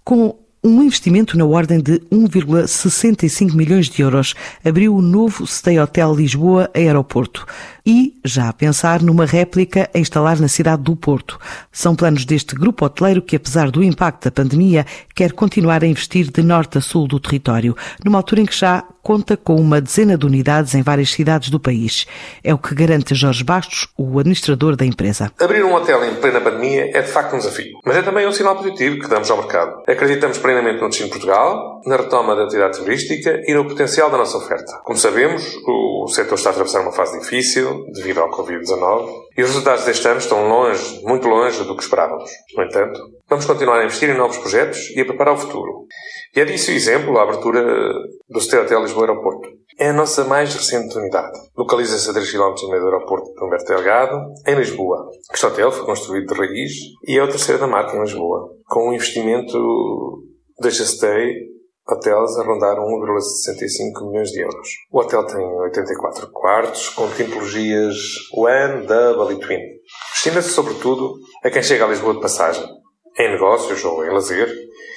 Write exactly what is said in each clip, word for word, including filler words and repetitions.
Com um investimento na ordem de um vírgula sessenta e cinco milhões de euros, abriu o novo Stay Hotel Lisboa Aeroporto e já a pensar numa réplica a instalar na cidade do Porto. São planos deste grupo hoteleiro que, apesar do impacto da pandemia, quer continuar a investir de norte a sul do território, numa altura em que já conta com uma dezena de unidades em várias cidades do país. É o que garante Jorge Bastos, o administrador da empresa. Abrir um hotel em plena pandemia é de facto um desafio, mas é também um sinal positivo que damos ao mercado. Acreditamos plenamente no destino de Portugal, na retoma da atividade turística e no potencial da nossa oferta. Como sabemos, o setor está a atravessar uma fase difícil devido ao covid dezanove e os resultados deste ano estão longe, muito longe do que esperávamos. No entanto, vamos continuar a investir em novos projetos e a preparar o futuro. E é disso o exemplo a abertura do Stay Hotel Lisboa Aeroporto. É a nossa mais recente unidade. Localiza-se a três vírgula cinco quilómetros do aeroporto de Humberto Delgado, em Lisboa. Este hotel foi construído de raiz e é o terceiro da marca em Lisboa, com um investimento deixa Stay Hotels a rondar um vírgula sessenta e cinco milhões de euros. O hotel tem oitenta e quatro quartos, com tipologias One, Double e Twin. Destina-se sobretudo a quem chega a Lisboa de passagem, em negócios ou em lazer,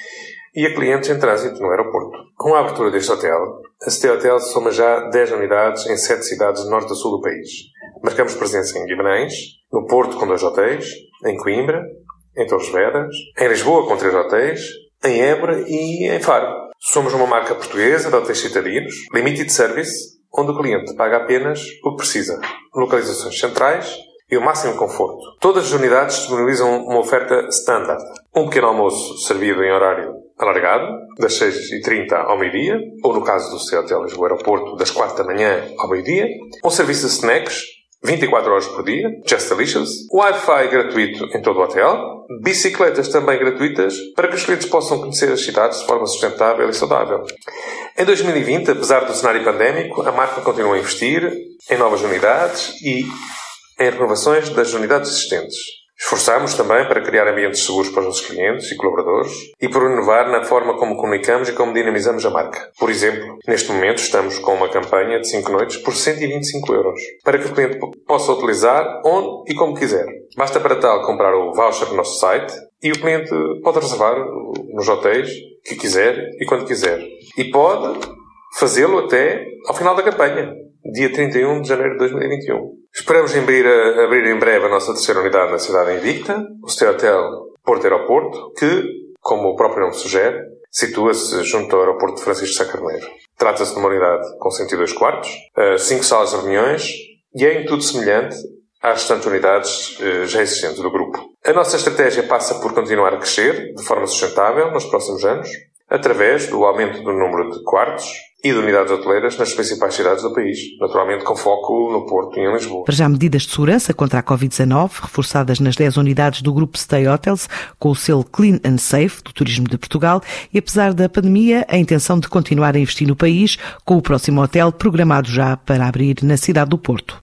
e a clientes em trânsito no aeroporto. Com a abertura deste hotel, a Stay Hotel soma já dez unidades em sete cidades de norte a sul do país. Marcamos presença em Guimarães, no Porto com dois hotéis, em Coimbra, em Torres Vedras, em Lisboa com três hotéis, em Évora e em Faro. Somos uma marca portuguesa de hotéis citadinos, limited service, onde o cliente paga apenas o que precisa. Localizações centrais e o máximo conforto. Todas as unidades disponibilizam uma oferta standard. Um pequeno almoço servido em horário alargado, das seis e trinta ao meio-dia, ou no caso do Stay Hotel Lisboa Aeroporto, das quatro da manhã ao meio-dia. Um serviço de snacks, vinte e quatro horas por dia, just delicious. Wi-Fi gratuito em todo o hotel. Bicicletas também gratuitas para que os clientes possam conhecer as cidades de forma sustentável e saudável. Em dois mil e vinte, apesar do cenário pandémico, a marca continua a investir em novas unidades e em renovações das unidades existentes. Esforçamos também para criar ambientes seguros para os nossos clientes e colaboradores e por inovar na forma como comunicamos e como dinamizamos a marca. Por exemplo, neste momento estamos com uma campanha de cinco noites por cento e vinte e cinco euros, para que o cliente possa utilizar onde e como quiser. Basta para tal comprar o voucher no nosso site e o cliente pode reservar nos hotéis que quiser e quando quiser. E pode fazê-lo até ao final da campanha, dia trinta e um de janeiro de dois mil e vinte e um. Esperamos abrir, a, abrir em breve a nossa terceira unidade na cidade invicta, o Stay Hotel Porto Aeroporto, que, como o próprio nome sugere, situa-se junto ao aeroporto de Francisco Sá Carneiro. Trata-se de uma unidade com cento e dois quartos, cinco salas de reuniões e é em tudo semelhante às restantes unidades já existentes do grupo. A nossa estratégia passa por continuar a crescer de forma sustentável nos próximos anos, através do aumento do número de quartos e de unidades hoteleiras nas principais cidades do país, naturalmente com foco no Porto e em Lisboa. Para já medidas de segurança contra a covid dezanove, reforçadas nas dez unidades do grupo Stay Hotels, com o selo Clean and Safe do Turismo de Portugal, e apesar da pandemia, a intenção de continuar a investir no país, com o próximo hotel programado já para abrir na cidade do Porto.